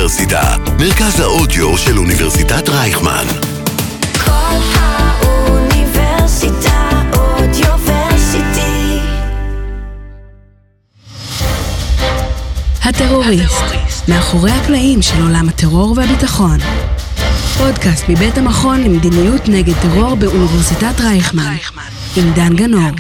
האוניברסיטה, מרכז האודיו של אוניברסיטת רייכמן. כל האוניברסיטה אודיוורסיטי. הטרוריסט, מאחורי הקלעים של עולם הטרור והביטחון. פודקאסט מבית המכון למדיניות נגד טרור באוניברסיטת רייכמן, עם דן גנור.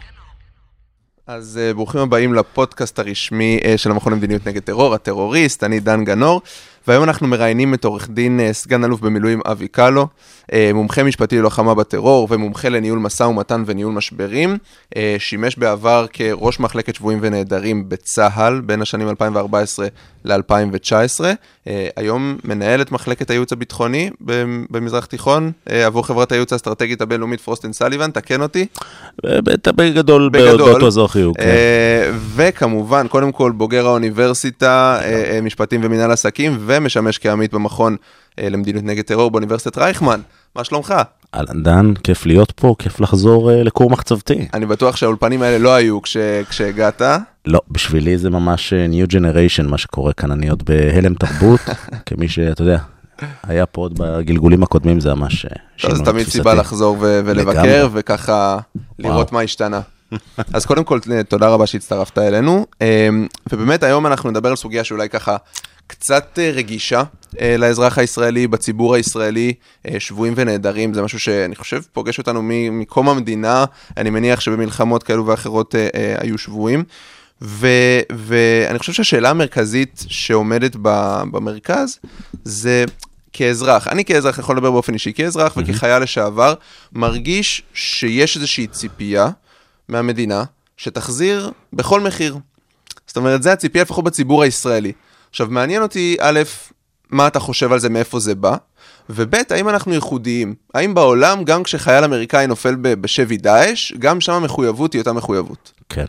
אז ברוכים הבאים לפודקאסט הרשמי של המכון למדיניות נגד טרור, הטרוריסט, אני דן גנור, והיום אנחנו מראיינים את עורך דין סגן אלוף במילואים אבי קלו, מומחה משפטי ללוחמה בטרור ומומחה לניהול משא ומתן וניהול משברים, שימש בעבר כראש מחלקת שבויים ונעדרים בצה"ל בין השנים 2014 ל-2019, היום מנהל את מחלקת הייעוץ הביטחוני במזרח תיכון, עבור חברת הייעוץ האסטרטגית הבינלאומית פרוסט אנד סאליבן, תקן אותי? בגדול, באותו זוכי. וכמובן, קודם כל בוגר האוניברסיטה, משפטים ומנהל עסקים, ומשמש כעמית במכון למדיניות נגד טרור באוניברסיטת רייכמן. מה שלומך? אהלן דן, כיף להיות פה, כיף לחזור לקור מחצבתי. אני בטוח שהאולפנים האלה לא היו כשהגעת. לא, בשבילי זה ממש new generation מה שקורה כאן, אני עוד בהלם תרבות, כמי שאתה יודע, היה פה עוד בגלגולים הקודמים, זה ממש שינוי תפיסתי. אז תמיד סיבה לחזור ולבקר, וככה לראות מה השתנה. אז קודם כל, תודה רבה שהצטרפת אלינו, ובאמת היום אנחנו נדבר על סוגיה שאולי ככה קצת רגישה לאזרח הישראלי, בציבור הישראלי, שבויים ונעדרים, זה משהו שאני חושב פוגש אותנו מקום המדינה, אני מניח שבמלחמות כאלו ואחרות היו שבויים, ואני חושב שהשאלה המרכזית שעומדת במרכז, זה כאזרח, אני כאזרח יכול לדבר באופן אישי, כאזרח וכחייל לשעבר, מרגיש שיש איזושהי ציפייה מהמדינה, שתחזיר בכל מחיר. זאת אומרת, זה הציפייה לפחות בציבור הישראלי. עכשיו, מעניין אותי, א', מה אתה חושב על זה, מאיפה זה בא, וב', האם אנחנו ייחודיים? האם בעולם, גם כשחייל אמריקאי נופל בשבי דאעש, גם שם המחויבות היא אותה מחויבות? כן.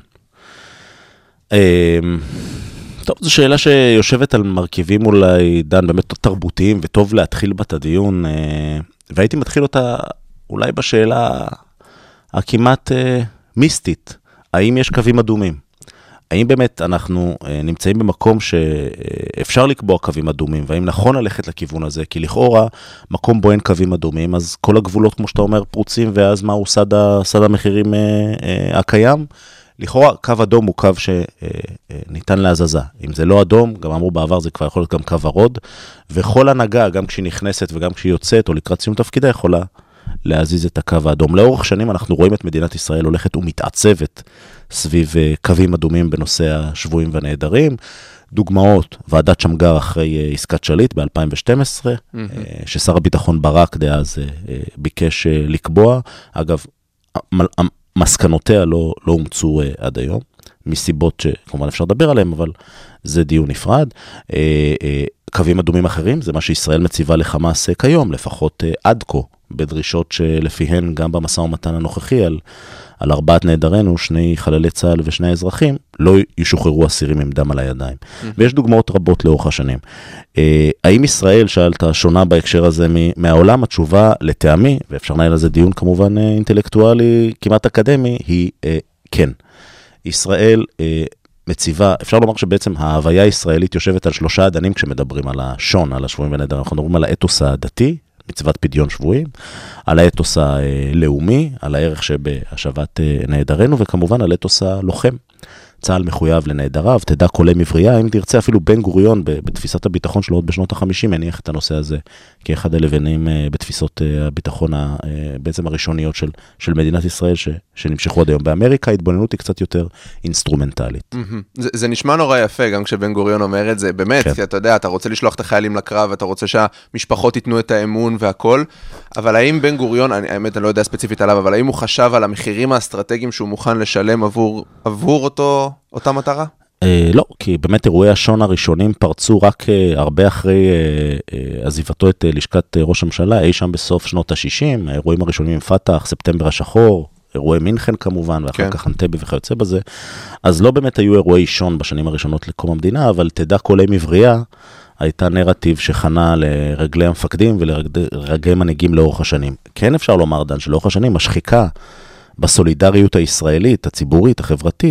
טוב, זו שאלה שיושבת על מרכיבים אולי, דן, באמת תרבותיים, וטוב להתחיל בת הדיון, והייתי מתחיל אותה אולי בשאלה הכמעט מיסטית, האם יש קווים אדומים? האם באמת אנחנו נמצאים במקום שאפשר לקבוע קווים אדומים, והאם נכון ללכת לכיוון הזה? כי לכאורה, מקום בו אין קווים אדומים, אז כל הגבולות, כמו שאתה אומר, פרוצים, ואז מהו סד המחירים הקיים? לכאורה, קו אדום הוא קו שניתן להזזה. אם זה לא אדום, גם אמרו בעבר, זה כבר יכול להיות גם קו הרוד, וכל הנהגה, גם כשהיא נכנסת וגם כשהיא יוצאת, או לקראת סיום תפקידה, יכולה להזיז את הקו האדום. לאורך שנים אנחנו רואים את מדינת ישראל הולכת ומתעצבת סביב קווים אדומים בנושא השבויים והנעדרים. דוגמאות, ועדת שמגר אחרי עסקת שליט ב-2012, ששר הביטחון ברק דאז ביקש לקבוע. אגב, מסקנותיה לא אומצו עד היום, מסיבות שכמובן אפשר לדבר עליהן, אבל זה דיון נפרד. קווים אדומים אחרים, זה מה שישראל מציבה לחמאס כיום, לפחות עד כה, בדרישות שלפיהן גם במשא ומתן הנוכחי על 4 נעדרינו, 2 חללי צה"ל ו2 אזרחים, לא ישוחררו אסירים עם דם על הידיים. ויש דוגמאות רבות לאורך השנים. האם ישראל, שאלת, שונה בהקשר הזה מהעולם? התשובה לטעמי, ואפשר לנהל על זה דיון כמובן אינטלקטואלי, כמעט אקדמי, היא כן. ישראל מציבה, אפשר לומר שבעצם ההוויה הישראלית יושבת על 3 אדנים כשמדברים על השון, על השבויים ונעדרים. אנחנו מדברים על האתוס הדתי, מצוות פדיון שבויים, על האתוס הלאומי, על הערך שבהשבת נעדרינו, וכמובן על האתוס הלוחם. צה"ל מחויב לנעדריו, תדע כל אם עברייה, אם תרצה אפילו בן גוריון בתפיסת הביטחון שלו עוד בשנות ה-50, הניח את הנושא הזה כאחד הלבנים בתפיסות הביטחון בעצם הראשוניות של מדינת ישראל שנמשכו עד היום. באמריקה ההתבוננות היא קצת יותר אינסטרומנטלית. זה נשמע נורא יפה גם כשבן גוריון אומר את זה, באמת, כי אתה יודע, אתה רוצה לשלוח את החיילים לקרב, אתה רוצה שהמשפחות ייתנו את האמון והכל, אבל האם בן גוריון, האמת אני לא יודע ספציפית עליו, אבל האם הוא חשב על המחירים האסטרטגיים שהוא מוכן לשלם עבור אותה מטרה? לא, כי באמת אירועי השון הראשונים פרצו רק הרבה אחרי עזיבתו את לשכת ראש הממשלה, אי שם בסוף שנות ה-60, האירועים הראשונים עם פתח, ספטמבר השחור, אירועי מינכן כמובן, ואחר כך אנטבה וכיוצא בזה, אז לא באמת היו אירועי שון בשנים הראשונות לקום המדינה, אבל תדע כל אם עברייה, הייתה נרטיב שחנה לרגלי המפקדים ולרגלי מנהיגים לאורך השנים. כן אפשר לומר, דן, שלאורך השנים השחיקה בסולידריות הישראלית, הציבורית, החברתית,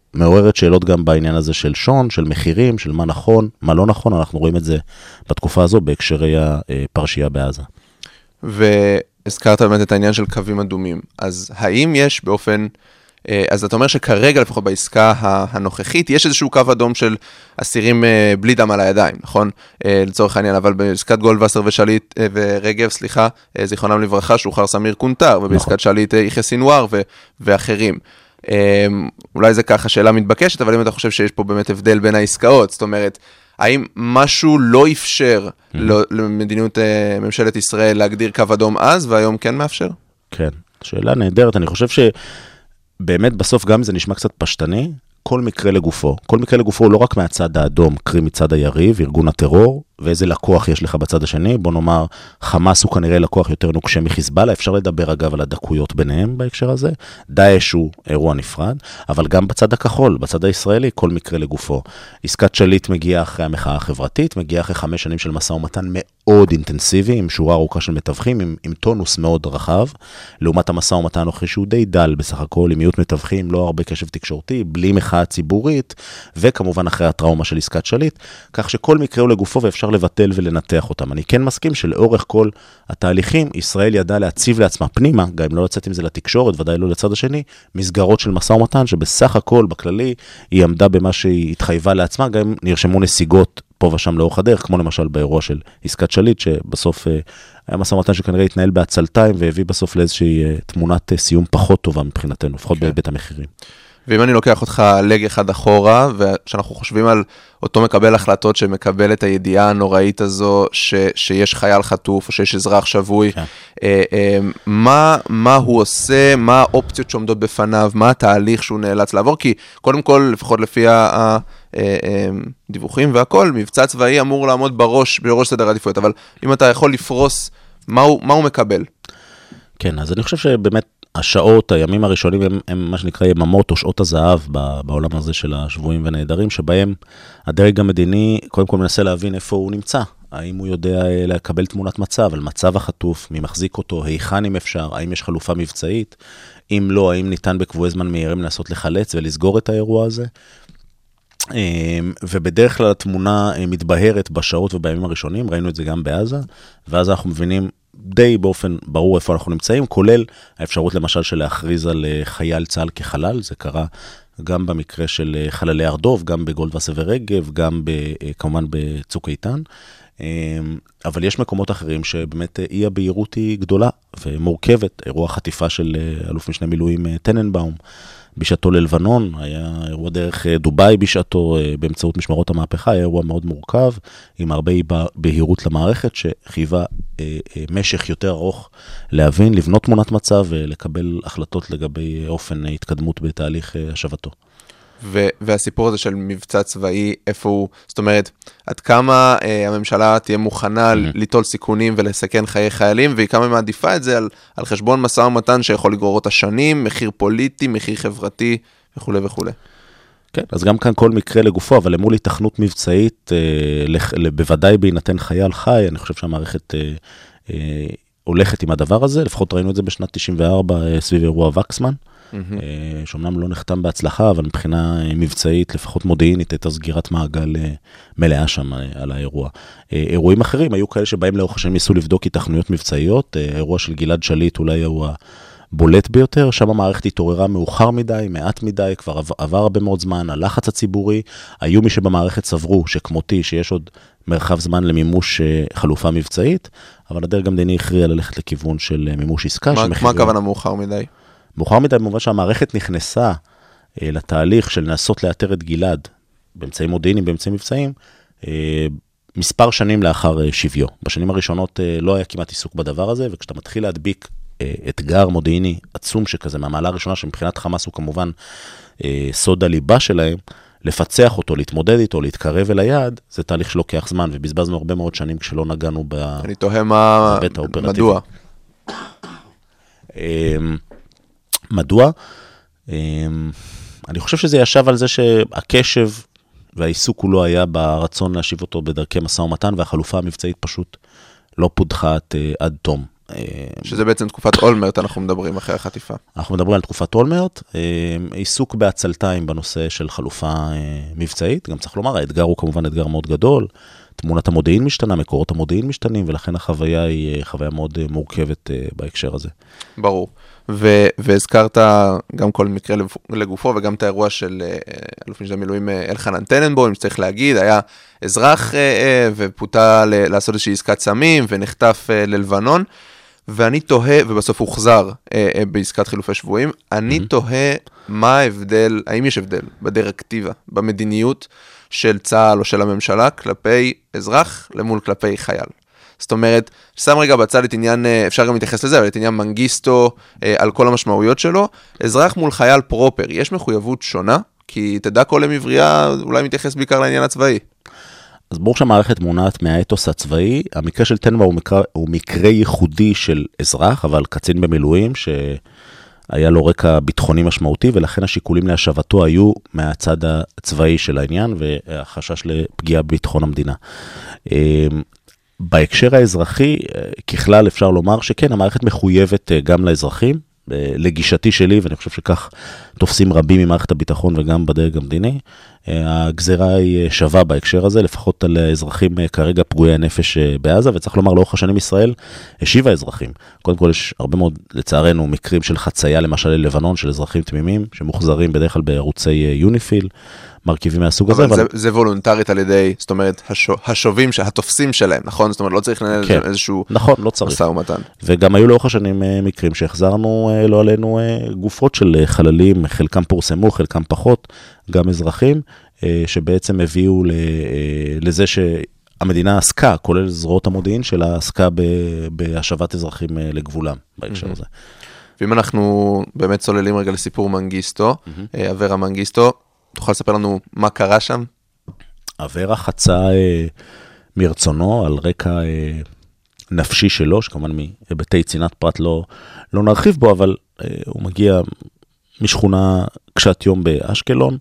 מעוררת שאלות גם בעניין הזה של שון, של מחירים, של מה נכון, מה לא נכון, אנחנו רואים את זה בתקופה הזו בהקשרי הפרשייה בעזה. והזכרת באמת את העניין של קווים אדומים, אז האם יש באופן, אז אתה אומר שכרגע לפחות בעסקה הנוכחית, יש איזשהו קו אדום של אסירים בלי דם על הידיים, נכון? לצורך העניין, אבל בעסקת גולדווסר ושליט ורגב, סליחה, זיכרונם לברכה, שוחרר סמיר קונטר, ובעסקת שליט יחיא סינואר ואחרים. אולי זה ככה שאלה מתבקשת, אבל אם אתה חושב שיש פה באמת הבדל בין העסקאות, זאת אומרת, האם משהו לא אפשר למדיניות ממשלת ישראל להגדיר קו אדום אז, והיום כן מאפשר? כן, שאלה נהדרת, אני חושב שבאמת בסוף גם זה נשמע קצת פשטני, כל מקרה לגופו. כל מקרה לגופו הוא לא רק מהצד האדום, קרי מצד היריב, ארגון הטרור, ואיזה לקוח יש לך בצד השני. בוא נאמר, חמאס הוא כנראה לקוח יותר נוקשה מחיזבאללה, אפשר לדבר אגב על הדקויות ביניהם בהקשר הזה. דאעש הוא אירוע נפרד, אבל גם בצד הכחול, בצד הישראלי, כל מקרה לגופו. עסקת שליט מגיעה אחרי המחאה החברתית, מגיעה אחרי 5 שנים של משא ומתן מאוד אינטנסיבי, עם שורה ארוכה של מתווכים, עם טונוס מאוד רחב, לעומת המשא ומתן הנוכחי שהוא די דל בסך הכל, עם מיעוט מתווכים, לא הרבה קשב תקשורתי, בלי מחאה ציבורית, וכמובן אחרי הטראומה של עסקת שליט, כך שכל מקרה הוא לגופו ואפשר לבטל ולנתח אותם. אני כן מסכים שלאורך כל התהליכים, ישראל ידעה להציב לעצמה פנימה, גם אם לא לצאת עם זה לתקשורת, ודאי לא לצד השני, מסגרות של משא ומתן, שבסך הכל, בכללי, היא עמדה במה שהיא התחייבה לעצמה, גם נרשמו נסיגות פה ושם לאורך הדרך, כמו למשל באירוע של עסקת שליט, שבסוף היה משא ומתן שכנראה התנהל בעצלתיים, והביא בסוף לאיזושהי תמונת סיום פחות טובה מבחינתנו, לפחות בהיבט המחירים. ואם אני לוקח אותך לג אחד אחורה, ושאנחנו חושבים על אותו מקבל החלטות שמקבל את הידיעה הנוראית הזו, שיש חייל חטוף, או שיש אזרח שבוי, מה הוא עושה, מה האופציות שעומדות בפניו, מה התהליך שהוא נאלץ לעבור, כי קודם כל, לפחות לפי הדיווחים והכל, מבצע צבאי אמור לעמוד בראש סדר העדיפויות, אבל אם אתה יכול לפרוס, מה הוא מקבל? כן, אז אני חושב שבאמת, השעות, הימים הראשונים הם מה שנקרא יממות או שעות הזהב בעולם הזה של השבויים ונעדרים, שבהם הדרג המדיני קודם כל מנסה להבין איפה הוא נמצא. האם הוא יודע לקבל תמונת מצב על מצב החטוף, מי מחזיק אותו, היכן אם אפשר, האם יש חלופה מבצעית, אם לא, האם ניתן בקבועי זמן מהירים לנסות לחלץ ולסגור את האירוע הזה. ובדרך כלל התמונה מתבהרת בשעות ובימים הראשונים, ראינו את זה גם בעזה, ואז אנחנו מבינים די באופן ברור איפה אנחנו נמצאים, כולל האפשרות למשל של להכריז על חייל צה"ל כחלל, זה קרה גם במקרה של חללי ארדוב, גם בגולדווסר ורגב, גם כמובן בצוק איתן, אבל יש מקומות אחרים שבאמת אי הבהירות היא גדולה ומורכבת, אירוע חטיפה של אלוף משנה מילואים טננבאום, בשעתו ללבנון, היה אירוע דרך דוביי בשעתו, באמצעות משמרות המהפכה, היה אירוע מאוד מורכב, עם הרבה בהירות למערכת, שחייבה משך יותר ארוך להבין, לבנות תמונת מצב, ולקבל החלטות לגבי אופן התקדמות בתהליך השבתו. והסיפור הזה של מבצע צבאי, איפה הוא, זאת אומרת, עד כמה הממשלה תהיה מוכנה ליטול סיכונים ולסכן חיי חיילים, והיא כמה מעדיפה את זה על חשבון משא ומתן שיכול לגרור אותה שנים, מחיר פוליטי, מחיר חברתי וכו' וכו'. כן, אז גם כאן כל מקרה לגופו, אבל למול התכנות מבצעית, בוודאי בהינתן חייל חי, אני חושב שהמערכת הולכת עם הדבר הזה, לפחות ראינו את זה בשנת 94 סביב אירוע וקסמן, שאומנם לא נחתם בהצלחה, אבל מבחינה מבצעית, לפחות מודיעינית, הייתה סגירת מעגל מלאה שם על האירוע. אירועים אחרים היו כאלה שבהם לאורך השנים ניסו לבדוק התכנויות מבצעיות, אירוע של גלעד שליט אולי הוא הבולט ביותר, שם המערכת התעוררה מאוחר מדי, מעט מדי, כבר עבר הרבה מאוד זמן, הלחץ הציבורי, היו מי שבמערכת סברו שכמותי, שיש עוד מרחב זמן למימוש חלופה מבצעית, אבל הדרג המדיני הכריע ללכת לכיוון של מימוש עסקה. מה הכוונה מאוחר מדי? מאוחר מדי במובן שהמערכת נכנסה לתהליך של לנסות לאתר את גלעד, באמצעים מודיעיניים, באמצעים מבצעיים, מספר שנים לאחר שביו. בשנים הראשונות לא היה כמעט עיסוק בדבר הזה, וכשאתה מתחיל להדביק אתגר מודיעיני עצום שכזה, מהמעלה הראשונה שמבחינת חמאס הוא כמובן סוד הליבה שלהם, לפצח אותו, להתמודד איתו, להתקרב אל היעד, זה תהליך שלוקח זמן, ובזבזנו הרבה מאוד שנים כשלא נגענו אני תוהה מדוע? מדוע? אני חושב שזה ישב על זה שהקשב והעיסוק הוא לא היה ברצון להשיב אותו בדרכי משא ומתן, והחלופה המבצעית פשוט לא פודחה עד תום. שזה בעצם תקופת אולמרט, אנחנו מדברים אחרי החטיפה. אנחנו מדברים על תקופת אולמרט, עיסוק בהצלתיים בנושא של חלופה מבצעית, גם צריך לומר, האתגר הוא כמובן אתגר מאוד גדול, תמונת המודיעין משתנה, מקורות המודיעין משתנים, ולכן החוויה היא חוויה מאוד מורכבת בהקשר הזה. ברור. והזכרת גם כל מקרה לגופו, וגם את האירוע של אלוף משנה מילואים אלחנן טננבוים, שצריך להגיד, היה אזרח ופוטה לעשות איזושהי עסקת סמים, ונחטף ללבנון, ואני תוהה, ובסוף הוחזר בעסקת חילופי שבויים, אני תוהה מה ההבדל, האם יש הבדל בדירקטיבה, במדיניות של צה"ל או של הממשלה, כלפי אזרח למול כלפי חייל. זאת אומרת, שם רגע בצד את עניין, אפשר גם להתייחס לזה, אבל את עניין מנגיסטו, על כל המשמעויות שלו, אזרח מול חייל פרופר, יש מחויבות שונה? כי תדע כל עברייה, אולי מתייחס בעיקר לעניין הצבאי. אז ברור שהמערכת מונעת מהאתוס הצבאי, המקרה של טננבוים הוא מקרה ייחודי של אזרח, אבל קצין במילואים שהיה לו רקע ביטחוני משמעותי, ולכן השיקולים להשבתו היו מהצד הצבאי של העניין, והחשש לפגיעה בביטחון המדינה. בהקשר האזרחי, ככלל אפשר לומר שכן, המערכת מחויבת גם לאזרחים, לגישתי שלי, ואני חושב שכך תופסים רבים ממערכת הביטחון וגם בדרג המדיני, הגזירה היא שווה בהקשר הזה, לפחות על האזרחים כרגע פגועי הנפש בעזה, וצריך לומר, לאורך השנים ישראל השיבה אזרחים. קודם כל יש הרבה מאוד, לצערנו, מקרים של חצייה, למשל ללבנון, של אזרחים תמימים, שמוחזרים בדרך כלל בערוצי יוניפיל, מרכיבים מהסוג הזה. אבל זה וולונטרית על ידי, זאת אומרת, השובים, התופסים שלהם, נכון? זאת אומרת, לא צריך לנהל איזשהו משא ומתן. וגם היו לאורך השנים מקרים שהחזרנו, לא עלינו, גופות של חללים, חלקם פורסמו, חלקם פחות, גם אזרחים, שבעצם הביאו לזה שהמדינה עסקה, כולל זרועות המודיעין שלה, עסקה בהשבת אזרחים לגבולם, בהקשר הזה. ואם אנחנו באמת צוללים רגע לסיפור מנגיסטו, אברה מנגיסטו, תוכל לספר לנו מה קרה שם? אברה חצה מרצונו על רקע נפשי שלו, שכמובן מהיבטי צנעת פרט לא נרחיב בו, אבל הוא מגיע משכונה קשת יום באשקלון,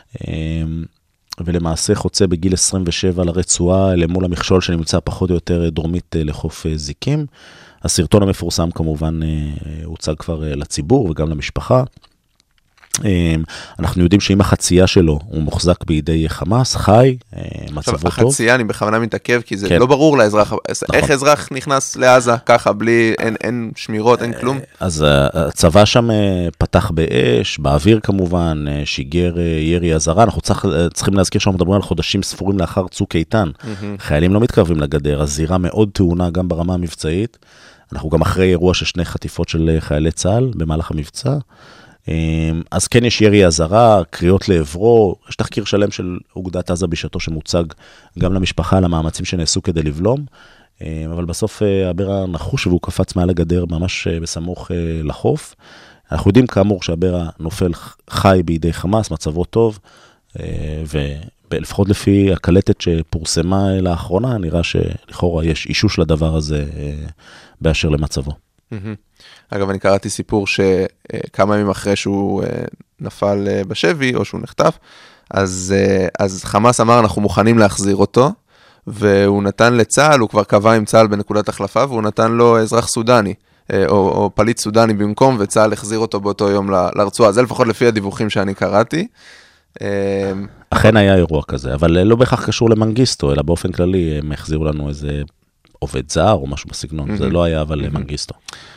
ולמעשה חוצה בגיל 27 לרצועה למול המכשול שנמצא פחות או יותר דרומית לחוף זיקים. הסרטון המפורסם כמובן הוצג כבר לציבור וגם למשפחה. אנחנו יודעים שעם החצייה שלו הוא מוחזק בידי חמאס, חי, מצבו טוב. החצייה, אני בכוונה מתעכב, כי זה לא ברור לאזרח, איך אזרח נכנס לעזה ככה, בלי, אין שמירות, אין כלום? אז הצבא שם פתח באש, באוויר כמובן, שיגר ירי אזהרה, אנחנו צריכים להזכיר שאנחנו מדברים על חודשים ספורים לאחר צוק איתן, חיילים לא מתקרבים לגדר, הזירה מאוד טעונה גם ברמה המבצעית, אנחנו גם אחרי אירוע של 2 חטיפות של חיילי צה"ל במהלך המבצע, אז כן יש ירי אזהרה, קריאות לעברו, יש תחקיר שלם של אוגדת עזה בשעתו שמוצג גם למשפחה, למאמצים שנעשו כדי לבלום, אבל בסוף אברה נחוש והוא קפץ מעל הגדר ממש בסמוך לחוף. אנחנו יודעים כאמור שאברה נופל חי בידי חמאס, מצבו טוב, ולפחות לפי הקלטת שפורסמה לאחרונה, נראה שלכאורה יש אישוש לדבר הזה באשר למצבו. אגב, אני קראתי סיפור שכמה ימים אחרי שהוא נפל בשבי, או שהוא נחטף, אז חמאס אמר, אנחנו מוכנים להחזיר אותו, והוא נתן לצה"ל, הוא כבר קבע עם צה"ל בנקודת החלפה, והוא נתן לו אזרח סודני, או פליט סודני במקום, וצה"ל החזיר אותו באותו יום לרצועה. זה לפחות לפי הדיווחים שאני קראתי. אכן היה אירוע כזה, אבל לא בהכרח קשור למנגיסטו, אלא באופן כללי הם החזירו לנו איזה עובד זר או משהו בסגנון, זה לא היה אבל מנגיסטו.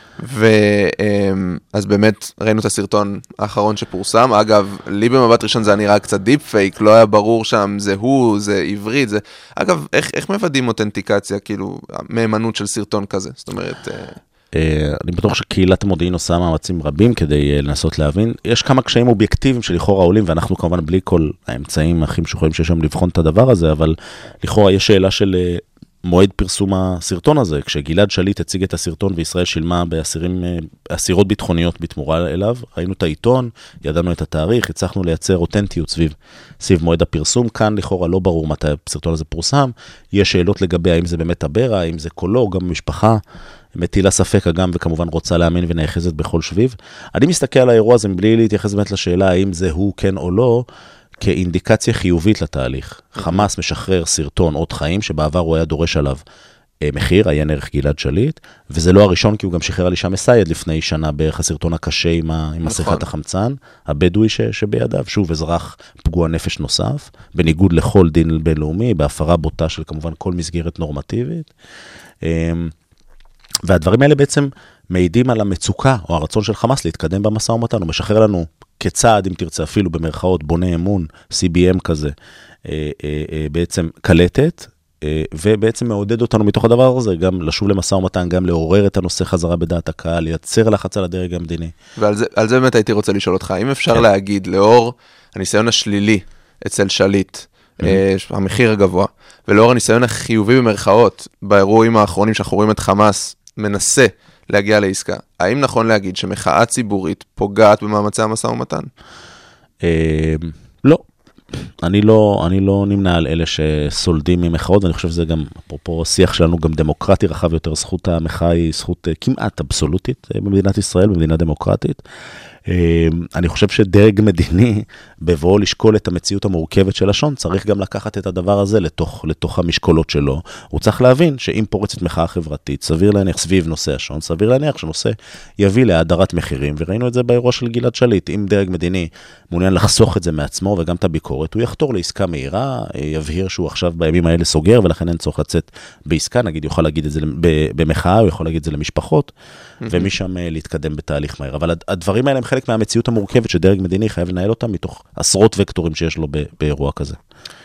אז באמת ראינו את הסרטון האחרון שפורסם, אגב, לי במבט ראשון זה נראה קצת דיפ פייק, לא היה ברור שם, זה הוא, זה עברית, זה... אגב, איך מוודאים אותנטיקציה, כאילו, מהימנות של סרטון כזה? זאת אומרת... אני בטוח שקהילת המודיעין עושה מאמצים רבים כדי לנסות להבין. יש כמה קשיים אובייקטיביים שלכאורה עולים, ואנחנו כמובן בלי כל האמצעים הכי משוכללים שיש שם לבחון את הדבר הזה, אבל לכאורה יש שאלה של מועד פרסום הסרטון הזה. כשגלעד שליט הציג את הסרטון וישראל שילמה באסירות ביטחוניות בתמורה אליו, ראינו את העיתון, ידענו את התאריך, הצלחנו לייצר אותנטיות סביב מועד הפרסום. כאן לכאורה לא ברור מתי הסרטון הזה פורסם. יש שאלות לגבי האם זה באמת אברה, האם זה קולו, גם משפחה מטילה ספק אגם וכמובן רוצה להאמין ונאחזת בכל שביב. אני מסתכל על האירוע הזה מבלי להתייחס באמת לשאלה האם זה הוא כן או לא, כאינדיקציה חיובית לתהליך. חמאס משחרר סרטון עוד חיים שבעבר הוא היה דורש עליו מחיר, עיין ערך גלעד שליט, וזה לא הראשון, כי הוא גם שחרר על אישה מסייד לפני שנה, בערך הסרטון הקשה עם מסכת החמצן, הבדואי שבידיו, שוב אזרח פגוע נפש נוסף, בניגוד לכל דין בינלאומי, בהפרה בוטה של כמובן כל מסגרת נורמטיבית, והדברים האלה בעצם מעידים על המצוקה, או הרצון של חמאס להתקדם במשא ומתן, הוא משחרר לנו כצעד, אם תרצה אפילו במרכאות, בונה אמון, CBM כזה, בעצם קלטת, ובעצם מעודד אותנו מתוך הדבר הזה, גם לשוב למשא ומתן, גם לעורר את הנושא חזרה בדעת הקהל, לייצר לחץ על הדרג המדיני. ועל זה באמת הייתי רוצה לשאול אותך, האם אפשר להגיד, לאור הניסיון השלילי אצל שליט, המחיר הגבוה, ולאור הניסיון החיובי במרכאות, באירועים האחרונים שאנחנו רואים את חמאס מנסה להגיע לעסקה, האם נכון להגיד שמחאה ציבורית פוגעת במאמצי המשא ומתן? לא. אני לא נמנע על אלה שסולדים ממחאות, ואני חושב שזה גם, אפרופו שיח שלנו, גם דמוקרטי רחב יותר, זכות המחאה היא זכות כמעט אבסולוטית במדינת ישראל, במדינה דמוקרטית. אני חושב שדרג מדיני, בבואו לשקול את המציאות המורכבת של השון, צריך גם לקחת את הדבר הזה לתוך המשקולות שלו. הוא צריך להבין שאם פורצת מחאה חברתית, סביר להניח סביב נושא השון, סביר להניח שנושא יביא להדרת מחירים, וראינו את זה באירוע של גלעד שליט. אם דרג מדיני מעוניין לחסוך את זה מעצמו וגם את הביקורת, הוא יחתור לעסקה מהירה, יבהיר שהוא עכשיו בימים האלה סוגר, ולכן אין צורך לצאת בעסקה, נגיד יוכל להגיד את זה במחאה, הוא יכול להגיד את זה למשפחות, ומשם להתקדם בתהליך מהיר. אבל הדברים האלה הם חלק מהמציאות המורכבת שדרג מדיני חייב לנהל אותם מתוך עשרות וקטורים שיש לו באירוע כזה.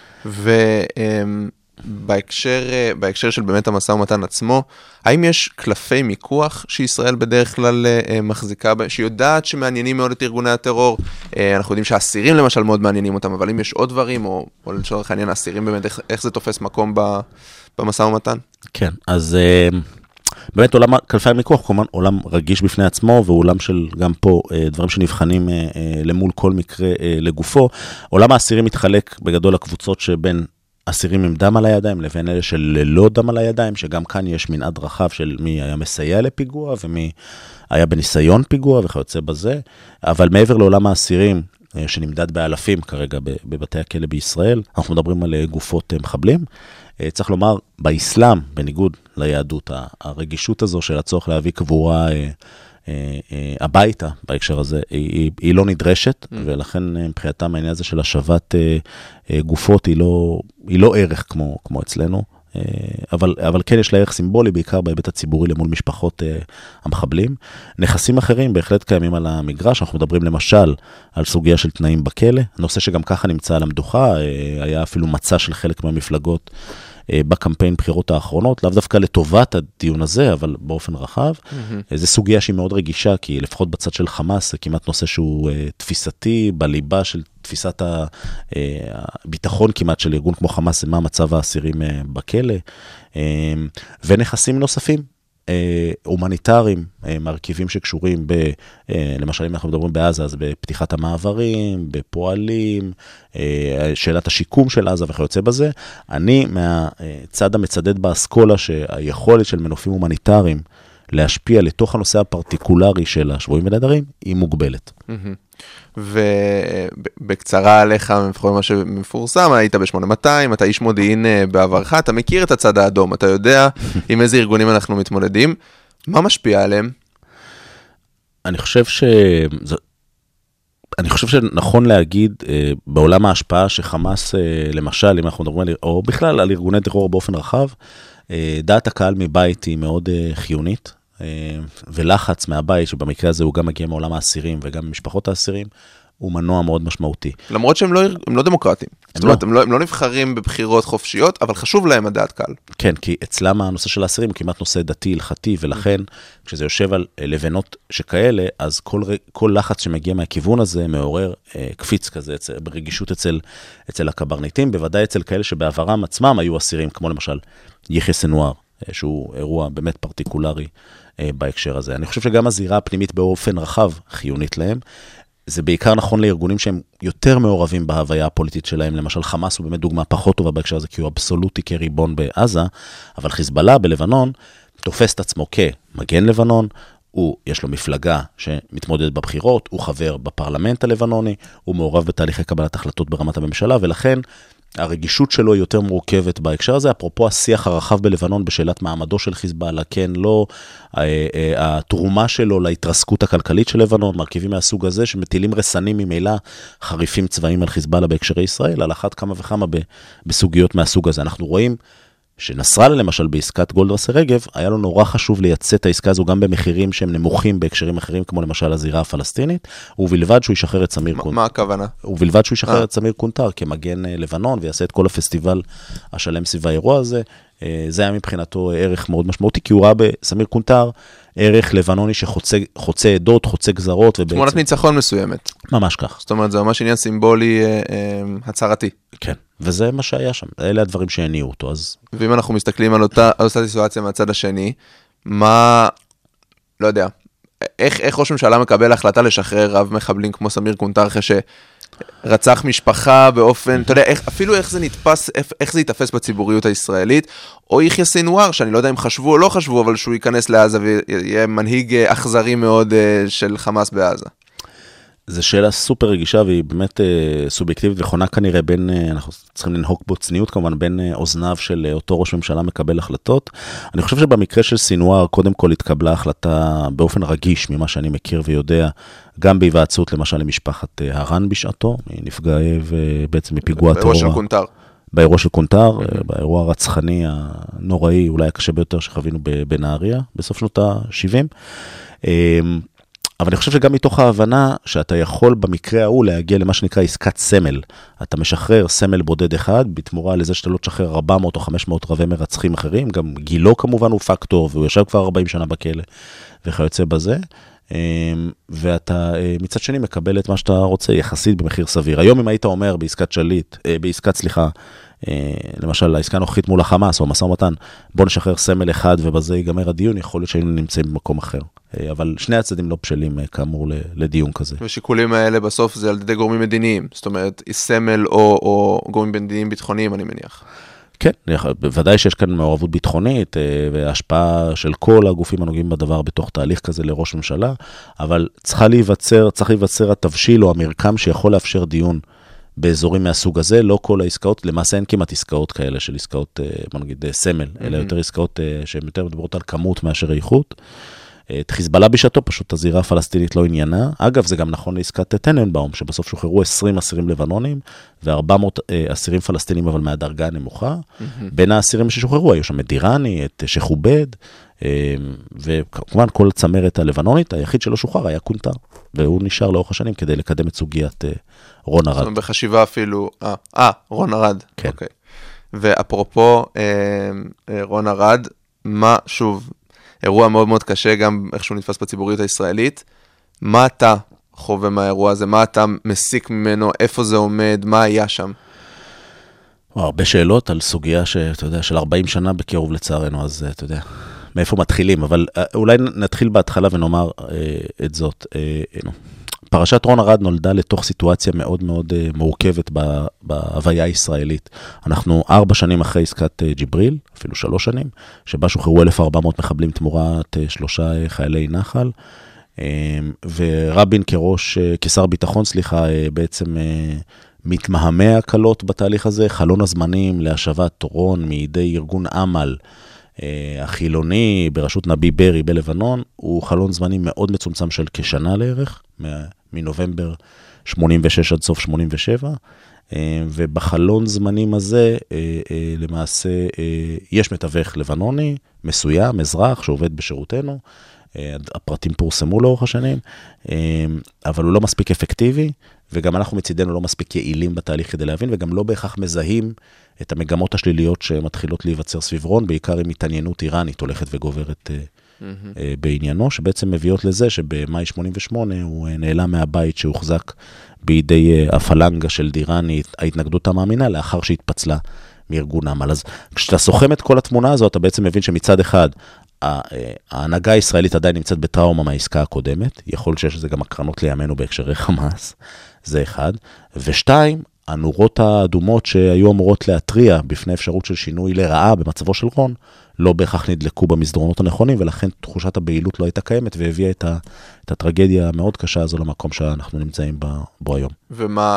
ובהקשר של באמת המשא ומתן עצמו, האם יש קלפי מיקוח שישראל בדרך כלל מחזיקה, שיודעת שמעניינים מאוד את ארגוני הטרור? אנחנו יודעים שהאסירים למשל מאוד מעניינים אותם, אבל אם יש עוד דברים, או לצורך העניין האסירים באמת, איך זה תופס מקום במשא ומתן? כן, אז באמת עולם קלפי המיקוח, כמובן עולם רגיש בפני עצמו, ועולם של גם פה דברים שנבחנים למול כל מקרה לגופו. עולם האסירים מתחלק בגדול לקבוצות שבין אסירים עם דם על הידיים, לבין אלה של ללא דם על הידיים, שגם כאן יש מנעד רחב של מי היה מסייע לפיגוע, ומי היה בניסיון פיגוע וכיוצא בזה. אבל מעבר לעולם האסירים, שנמדד באלפים כרגע בבתי הכלא בישראל, אנחנו מדברים על גופות מחבלים. צריך לומר, באסלאם, בניגוד ליהדות, הרגישות הזו של הצורך להביא קבורה הביתה, בהקשר הזה, היא לא נדרשת, ולכן מבחינתם העניין הזה של השבת גופות היא לא ערך כמו אצלנו, אבל כן יש לה ערך סימבולי, בעיקר בהיבט הציבורי למול משפחות המחבלים. נכסים אחרים בהחלט קיימים על המגרש, אנחנו מדברים למשל על סוגיה של תנאים בכלא, הנושא שגם ככה נמצא על המדוכה, היה אפילו מצע של חלק מהמפלגות בקמפיין בחירות האחרונות, לאו דווקא לטובת הדיון הזה, אבל באופן רחב. זו סוגיה שהיא מאוד רגישה, כי לפחות בצד של חמאס, זה כמעט נושא שהוא תפיסתי, בליבה של תפיסת הביטחון כמעט של ארגון כמו חמאס, זה מה מצב האסירים בכלא, ונכסים נוספים. הומניטריים, מרכיבים שקשורים למשל אם אנחנו מדברים בעזה, אז בפתיחת המעברים, בפועלים, שאלת השיקום של עזה וכיוצא בזה. אני מהצד המצדד באסכולה שהיכולת של מנופים הומניטריים להשפיע לתוך הנושא הפרטיקולרי של השבויים ונעדרים, היא מוגבלת. ובקצרה עליך, לפחות מה שמפורסם, היית ב-8200, אתה איש מודיעין בעברך, אתה מכיר את הצד האדום, אתה יודע עם איזה ארגונים אנחנו מתמודדים, מה משפיע עליהם? אני חושב שנכון להגיד, בעולם ההשפעה שחמאס, למשל, אם אנחנו מדברים, או בכלל על ארגוני טרור באופן רחב, דעת הקהל מבית היא מאוד חיונית, ולחץ מהבית, שבמקרה הזה הוא גם מגיע מעולם האסירים וגם ממשפחות האסירים, הוא מנוע מאוד משמעותי. למרות שהם לא דמוקרטיים. זאת אומרת, הם לא נבחרים בבחירות חופשיות, אבל חשוב להם הדעת קהל. כן, כי אצלם הנושא של האסירים הוא כמעט נושא דתי, הלכתי, ולכן כשזה יושב על לבנות שכאלה, אז כל לחץ שמגיע מהכיוון הזה מעורר קפיץ כזה, ברגישות אצל הקברניטים, בוודאי אצל כאלה שבעברם עצמם היו אסירים, כמו למשל יחיא סנואר, שהוא אירוע באמת פרטיקולרי בהקשר הזה. אני חושב שגם הזירה הפנימית באופן רחב חיונית להם. זה בעיקר נכון לארגונים שהם יותר מעורבים בהוויה הפוליטית שלהם. למשל חמאס הוא באמת דוגמה פחות טובה בהקשר הזה, כי הוא אבסולוטי כריבון בעזה, אבל חיזבאללה בלבנון תופס את עצמו כמגן לבנון, יש לו מפלגה שמתמודדת בבחירות, הוא חבר בפרלמנט הלבנוני, הוא מעורב בתהליכי קבלת החלטות ברמת הממשלה, ולכן הרגישות שלו היא יותר מורכבת בהקשר הזה, אפרופו השיח הרחב בלבנון בשאלת מעמדו של חיזבאללה, כן, לא, התרומה שלו להתרסקות הכלכלית של לבנון, מרכיבים מהסוג הזה, שמטילים רסנים ממילא חריפים צבאיים על חיזבאללה בהקשרי ישראל, על אחת כמה וכמה בסוגיות מהסוג הזה. אנחנו רואים שנסראללה למשל בעסקת גולדרס רגב, היה לו נורא חשוב לייצא את העסקה הזו גם במחירים שהם נמוכים בהקשרים אחרים, כמו למשל הזירה הפלסטינית, ובלבד שהוא ישחרר את סמיר קונטר. מה הכוונה? ובלבד שהוא ישחרר את סמיר קונטר כמגן לבנון, ויעשה את כל הפסטיבל השלם סביב האירוע הזה. זה היה מבחינתו ערך מאוד משמעותי, כי הוא ראה בסמיר קונטר ערך לבנוני שחוצה עדות, חוצה גזרות. תמונת ניצחון מסוימת. ממש כך. זאת אומרת, זה ממש עניין סימבולי הצהרתי. כן, וזה מה שהיה שם. אלה הדברים שהניעו אותו. ואם אנחנו מסתכלים על אותה סיטואציה מהצד השני, מה, לא יודע, איך ראש ממשלה מקבל החלטה לשחרר רב מחבלים כמו סמיר קונטר אחרי שרצח משפחה באופן, אתה יודע, אפילו איך זה נתפס, איך זה יתפס בציבוריות הישראלית, או יחיא סינואר, שאני לא יודע אם חשבו או לא חשבו, אבל שהוא ייכנס לעזה ויהיה מנהיג אכזרי מאוד של חמאס בעזה. זו שאלה סופר רגישה, והיא באמת סובייקטיבית וחונה כנראה בין, אנחנו צריכים לנהוג בו צניעות כמובן, בין אוזניו של אותו ראש ממשלה מקבל החלטות. אני חושב שבמקרה של סינואר, קודם כל התקבלה החלטה באופן רגיש, ממה שאני מכיר ויודע, גם בהיוועצות למשל למשפחת הרן בשעתו, נפגעי ובעצם מפיגוע טרור. באירוע של קונטר. באירוע של קונטר, באירוע הרצחני הנוראי, אולי הקשה ביותר שחווינו בנהריה, בסוף שנות ה-70. אבל אני חושב שגם מתוך ההבנה שאתה יכול במקרה ההוא להגיע למה שנקרא עסקת סמל. אתה משחרר סמל בודד אחד, בתמורה לזה שאתה לא תשחרר 400 או 500 רבי מרצחים אחרים, גם גילו כמובן הוא פקטור, והוא ישב כבר 40 שנה בכלא, וכיוצא בזה. ואתה מצד שני מקבל את מה שאתה רוצה יחסית במחיר סביר. היום אם היית אומר למשל העסקה נוכחית מול החמאס או משא ומתן, בוא נשחרר סמל אחד ובזה ייגמר הדיון, יכול להיות שהיינו נמצאים במקום אחר. אבל שני הצדדים לא בשלים כאמור לדיון כזה. ושיקולים האלה בסוף זה על ידי גורמים מדיניים, זאת אומרת סמל או גורמים מדיניים ביטחוניים אני מניח. כן, בוודאי שיש כאן מעורבות ביטחונית והשפעה של כל הגופים הנוגעים בדבר בתוך תהליך כזה לראש ממשלה, אבל צריך להיווצר התבשיל או המרקם שיכול לאפשר דיון באזורים מהסוג הזה, לא כל העסקאות, למעשה אין כמעט עסקאות כאלה של עסקאות, בוא נגיד סמל, אלא יותר עסקאות שהן יותר מדברות על כמות מאשר איכות. את חיזבאללה בשעתו, פשוט הזירה הפלסטינית לא עניינה. אגב, זה גם נכון לעסקת טננבאום, שבסוף שוחררו 20 אסירים לבנונים, ו400 אסירים פלסטינים, אבל מהדרגה הנמוכה. בין האסירים ששוחררו, היו שם את דיראני, את שייח' עובייד, וכמובן כל צמרת הלבנונית, היחיד שלא שוחרר היה קונטר, והוא נשאר לאורך השנים כדי לקדם את סוגיית רון ארד. זאת אומרת, בחשיבה אפילו, רון ארד. כן. אוקיי. ואפרופו רון ארד, מה שוב, אירוע מאוד מאוד קשה, גם איך שהוא נתפס בציבוריות הישראלית. מה אתה חווה מהאירוע הזה? מה אתה מסיק ממנו? איפה זה עומד? מה היה שם? הרבה שאלות על סוגיה שאתה יודע, של 40 שנה בקירוב לצערנו, אז אתה יודע, מאיפה מתחילים? אבל אולי נתחיל בהתחלה ונאמר את זאת. פרשת רון ארד נולדה לתוך סיטואציה מאוד מאוד מורכבת בהוויה הישראלית. אנחנו 4 שנים אחרי עסקת ג'יבריל, אפילו 3 שנים, שבה שוחררו 1,400 מחבלים תמורת 3 חיילי נחל, ורבין כשר ביטחון, בעצם מתמהמה הקלות בתהליך הזה, חלון הזמנים להשבת רון מידי ארגון עמל, החילוני בראשות נבי ברי בלבנון, הוא חלון זמנים מאוד מצומצם של כשנה לערך, מנובמבר 86 עד סוף 87, ובחלון זמנים הזה למעשה יש מתווך לבנוני מסוים, אזרח שעובד בשירותנו, הפרטים פורסמו לאורך השנים, אבל הוא לא מספיק אפקטיבי, וגם אנחנו מצידנו לא מספיק יעילים בתהליך כדי להבין, וגם לא בהכרח מזהים את המגמות השליליות שמתחילות להיווצר סביב רון, בעיקר עם התעניינות איראנית הולכת וגוברת בעניינו, שבעצם מביאות לזה שבמאי 88 הוא נעלם מהבית שהוחזק בידי הפלנגה של דיראני, ההתנגדות המאמינה, לאחר שהתפצלה מארגון עמל. אז כשאתה סוכם את כל התמונה הזאת, אתה בעצם מבין שמצד אחד, ההנהגה הישראלית עדיין נמצאת בטראומה מהעסקה הקודמת, יכול להיות שיש לזה גם הקרנות לימינו בהקשרי חמאס, זה אחד, ושתיים, הנורות האדומות שהיו אמורות להטריע בפני אפשרות של שינוי לרעה במצבו של רון, לא בהכרח נדלקו במסדרונות הנכונים, ולכן תחושת הבעילות לא הייתה קיימת, והביאה את הטרגדיה המאוד קשה הזו למקום שאנחנו נמצאים בו היום. ומה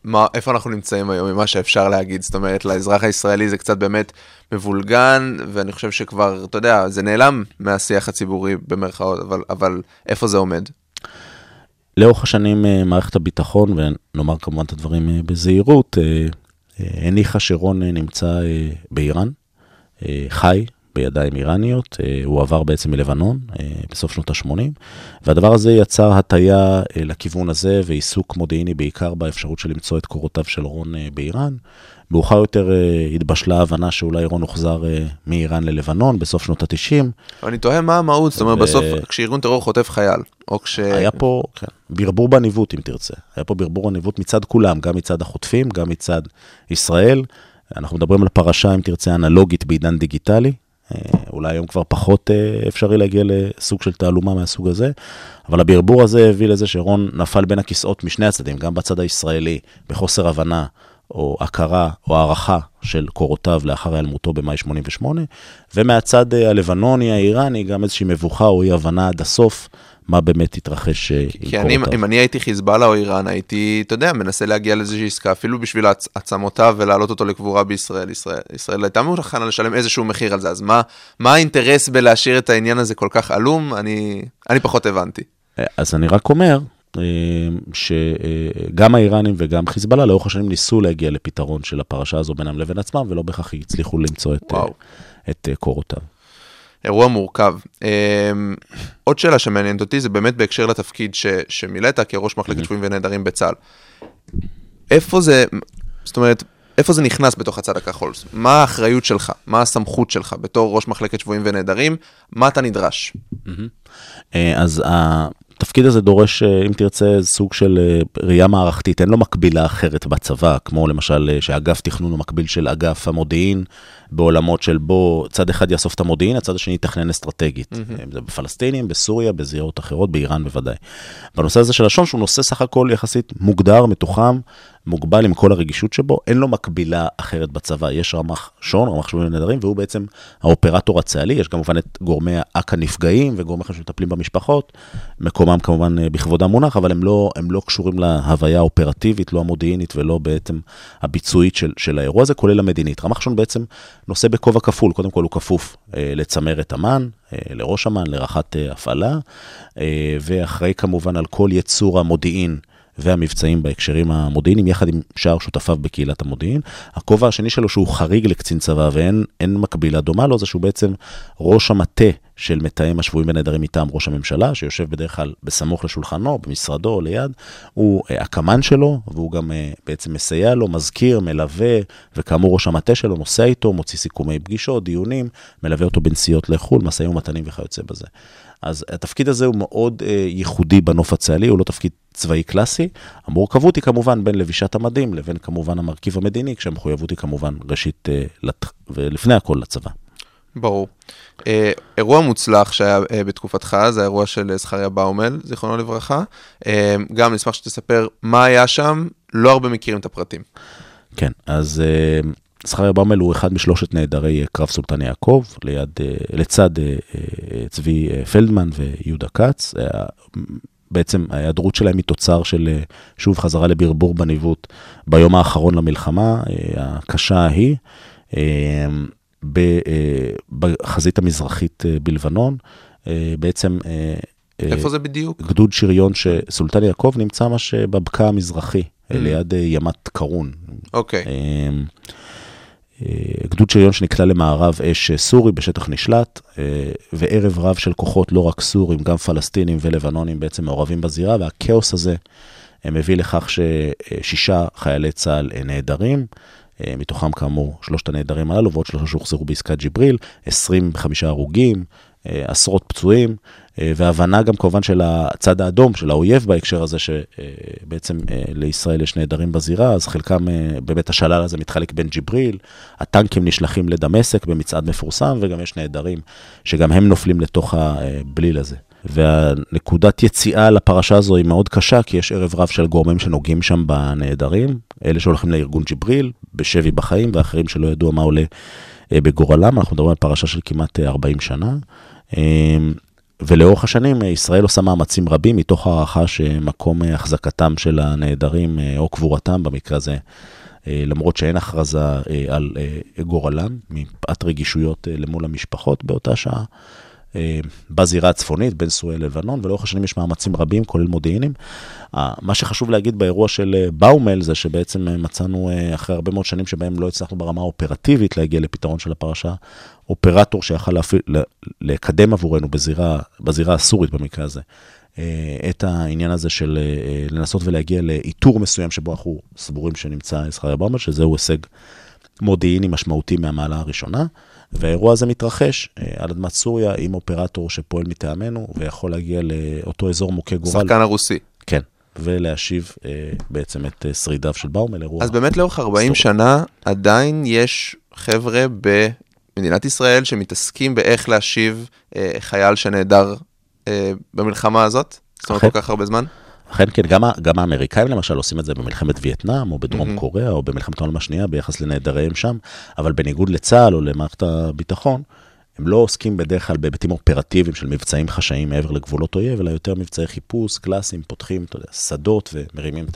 איפה אנחנו נמצאים היום, ממה שאפשר להגיד, זאת אומרת, לאזרח הישראלי זה קצת באמת מבולגן, ואני חושב שכבר, אתה יודע, זה נעלם מהשיח הציבורי במרכאות, אבל איפה זה עומד? לאורך השנים מערכת הביטחון, ונאמר כמובן את הדברים בזהירות, הניחה שרון נמצא באיראן, חי בידיים איראניות, הוא עבר בעצם מלבנון בסוף שנות ה-80, והדבר הזה יצר הטיה לכיוון הזה, ועיסוק מודיעיני בעיקר באפשרות של למצוא את קורותיו של רון באיראן. מאוחר יותר התבשלה הבנה שאולי רון הוחזר מאיראן ללבנון בסוף שנות ה-90. אני תוהה מה המהות, זאת אומרת, בסוף כשארגון טרור חוטף חייל, או היה פה ברבור בניווט, אם תרצה. היה פה ברבור בניווט מצד כולם, גם מצד החוטפים, גם מצד ישראל. אנחנו מדברים על פרשה, אם תרצה, אנלוגית בעידן דיגיטלי. אולי היום כבר פחות אפשרי להגיע לסוג של תעלומה מהסוג הזה, אבל הברבור הזה הביא לזה שרון נפל בין הכיסאות משני הצדדים, גם בצד הישראלי, בחוסר הבנה או הכרה או הערכה של קורותיו לאחר העלמותו במאי 88, ומהצד הלבנוני האיראני גם איזושהי מבוכה או אי הבנה עד הסוף, מה באמת התרחש עם קורותיו. כי אם אני הייתי חיזבאללה או איראן, הייתי, אתה יודע, מנסה להגיע לאיזושהי עסקה, אפילו בשביל עצמותיו ולהעלות אותו לקבורה בישראל. ישראל הייתה מוכנה לשלם איזשהו מחיר על זה, אז מה האינטרס בלהשאיר את העניין הזה כל כך עלום? אני פחות הבנתי. אז אני רק אומר, שגם האיראנים וגם חיזבאללה לאורך השנים ניסו להגיע לפתרון של הפרשה הזו בינם לבין עצמם, ולא בכך הצליחו למצוא את קורותיו. אירוע מורכב. עוד שאלה שמעניינת אותי, זה באמת בהקשר לתפקיד שמילאת כראש מחלקת שבויים ונעדרים בצה"ל. איפה זה, זאת אומרת, איפה זה נכנס בתוך הצד הכחול? מה האחריות שלך? מה הסמכות שלך בתור ראש מחלקת שבויים ונעדרים? מה אתה נדרש? אז התפקיד הזה דורש, אם תרצה, סוג של ראייה מערכתית. אין לו מקבילה אחרת בצבא, כמו למשל שאגף תכנון הוא מקביל של אגף המודיעין, בעולמות של בו צד אחד יאסוף את המודיעין, הצד השני יתכנן אסטרטגית. זה בפלסטינים, בסוריה, בזירות אחרות, באיראן בוודאי. בנושא הזה של השון, שהוא נושא סך הכל יחסית מוגדר, מתוחם, מוגבל עם כל הרגישות שבו, אין לו מקבילה אחרת בצבא. יש רמ"ח שון, רמ"ח שבויים ונעדרים, והוא בעצם האופרטור הצה"לי. יש כמובן את גורמי האק הנפגעים וגורמי שמטפלים במשפחות, מקומם כמובן בכבודם מונח, אבל הם לא קשורים להוויה האופרטיבית, לא המודיעינית ולא בעצם הביצועית של האירוע הזה, כולל המדינית. רמ"ח שון בעצם נושא בכובע כפול, קודם כל הוא כפוף לצמרת אמן, לראש אמן, לרחת הפעלה, ואחראי כמובן על כל יצור המודיעין והמבצעים בהקשרים המודיעיניים, יחד עם שאר שותפיו בקהילת המודיעין. הכובע השני שלו שהוא חריג לקצין צבא, ואין מקבילה דומה לו, זה שהוא בעצם ראש המטה של מתאם השבויים ונעדרים מטעם ראש הממשלה, שיושב בדרך כלל בסמוך לשולחנו, במשרדו או ליד, הוא הקמן שלו, והוא גם בעצם מסייע לו, מזכיר, מלווה, וכאמור ראש המטה שלו נוסע איתו, מוציא סיכומי פגישות, דיונים, מלווה אותו בנסיעות לחו"ל, מסעים ומתנים וכיוצא בזה. אז התפקיד הזה הוא מאוד ייחודי בנוף הצה"לי, הוא לא תפקיד צבאי קלאסי. המורכבות היא כמובן בין לבישת המדים, לבין כמובן המרכיב המדיני, כשהמחויבות היא כמובן ראשית ולפני הכל לצבא. ברור. אירוע מוצלח שהיה בתקופתך, זה האירוע של זכריה באומל, זיכרונו לברכה. גם נשמח שתספר מה היה שם, לא הרבה מכירים את הפרטים. כן, אז זכריה באומל הוא אחד משלושת נעדרי קרב סולטן יעקב, לצד צבי פלדמן ויהודה כץ. בעצם ההיעדרות שלהם היא תוצר של שוב חזרה לברבור בניווט ביום האחרון למלחמה, הקשה ההיא, בחזית המזרחית בלבנון, בעצם איפה זה בדיוק? גדוד שריון שסולטן יעקב נמצא ממש בבקע המזרחי, ליד ימת קרון. אוקיי. גדוד שריון שנקלע למערב אש סורי בשטח נשלט, וערב רב של כוחות לא רק סורים, גם פלסטינים ולבנונים בעצם מעורבים בזירה, והכאוס הזה מביא לכך ש6 חיילי צה"ל נעדרים, מתוכם כאמור 3 הנעדרים הללו, ועוד 3 שהוחזרו בעסקת ג'יבריל, 25 הרוגים, עשרות פצועים, והבנה גם כמובן של הצד האדום, של האויב בהקשר הזה, שבעצם לישראל יש נעדרים בזירה, אז חלקם באמת השלל הזה מתחלק בין ג'יבריל, הטנקים נשלחים לדמשק במצעד מפורסם, וגם יש נעדרים שגם הם נופלים לתוך הבליל הזה. והנקודת יציאה לפרשה הזו היא מאוד קשה, כי יש ערב רב של גורמים שנוגעים שם בנעדרים, אלה שהולכים לארגון ג'יבריל, בשבי בחיים, ואחרים שלא ידעו מה עולה בגורלם. אנחנו מדברים על פרשה של כמעט 40 שנה. ולאורך השנים ישראל עושה מאמצים רבים מתוך הערכה שמקום החזקתם של הנעדרים או קבורתם במקרה הזה, למרות שאין הכרזה על גורלם, מפאת רגישויות למול המשפחות באותה שעה, בזירה הצפונית, בין סוריה ללבנון, ולאורך השנים יש מאמצים רבים, כולל מודיעינים. מה שחשוב להגיד באירוע של באומל, זה שבעצם מצאנו אחרי הרבה מאוד שנים שבהם לא הצלחנו ברמה האופרטיבית להגיע לפתרון של הפרשה, אופרטור שיכל לקדם עבורנו בזירה הסורית במקרה הזה, את העניין הזה של לנסות ולהגיע לאיתור מסוים שבו אנחנו סבורים שנמצא זכריה באומל, שזהו הישג מודיעיני משמעותי מהמעלה הראשונה, והאירוע הזה מתרחש על אדמת סוריה עם אופרטור שפועל מטעמנו, ויכול להגיע לאותו אזור מוכה גורל. שחקן הרוסי. כן, ולהשיב בעצם את שרידיו של באומל. אז באמת לאורך 40 שנה עדיין יש חבר'ה במדינת ישראל שמתעסקים באיך להשיב חייל שנעדר במלחמה הזאת? זאת אומרת כל כך הרבה זמן? אכן כן, גם האמריקאים למשל עושים את זה במלחמת וייטנאם, או בדרום קוריאה, או במלחמת העולם השנייה, ביחס לנעדריהם שם, אבל בניגוד לצה"ל או למערכת הביטחון, הם לא עוסקים בדרך כלל בהיבטים אופרטיביים של מבצעים חשאיים מעבר לגבולות אויב, אלא יותר מבצעי חיפוש, קלאסיים, פותחים שדות ומרימים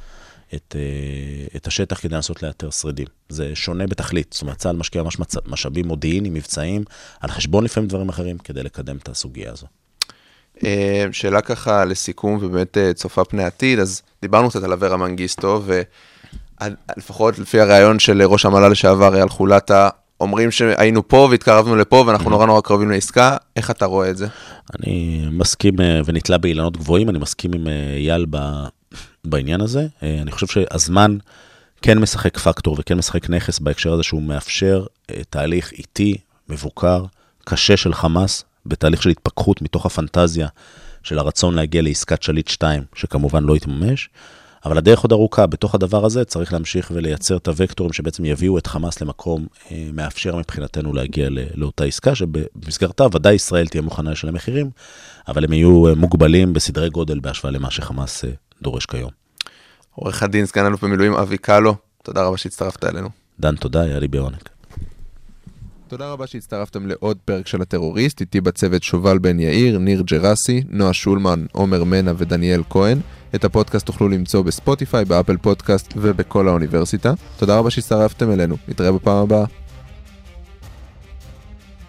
את השטח כדי לנסות לאתר שרידים. זה שונה בתכלית, זאת אומרת, צה"ל משקיע ממש משאבים מודיעיניים, מבצעים, על חשבון לפעמים דברים אחרים, כדי לקדם את הסוגיה הזו. שאלה ככה לסיכום ובאמת צופה פני עתיד, אז דיברנו קצת על אברה מנגיסטו, ולפחות לפי הרעיון של ראש המל"ל לשעבר אייל חולטה, אומרים שהיינו פה והתקרבנו לפה ואנחנו נורא קרבים לעסקה, איך אתה רואה את זה? אני מסכים ונתלה באילנות גבוהים, אני מסכים עם אייל בעניין הזה, אני חושב שהזמן כן משחק פקטור וכן משחק נכס בהקשר הזה שהוא מאפשר תהליך איטי, מבוקר, קשה של חמאס, בתהליך של התפכחות מתוך הפנטזיה של הרצון להגיע לעסקת שליט 2, שכמובן לא יתממש, אבל הדרך עוד ארוכה, בתוך הדבר הזה צריך להמשיך ולייצר את הוקטורים שבעצם יביאו את חמאס למקום מאפשר מבחינתנו להגיע לאותה עסקה, שבמסגרתה ודאי ישראל תהיה מוכנה לשלם מחירים, אבל הם יהיו מוגבלים בסדרי גודל בהשוואה למה שחמאס דורש כיום. עורך הדין, סגן אלוף במילואים אבי קלו, תודה רבה שהצטרפת אלינו. דן, תודה, היה לי בעונג. תודה רבה שהצטרפתם לעוד פרק של הטרוריסט, איתי בצוות שובל בן יאיר, ניר ג'רסי, נועה שולמן, עומר מנה ודניאל כהן. את הפודקאסט תוכלו למצוא בספוטיפיי, באפל פודקאסט ובכל האוניברסיטה. תודה רבה שהצטרפתם אלינו, נתראה בפעם הבאה.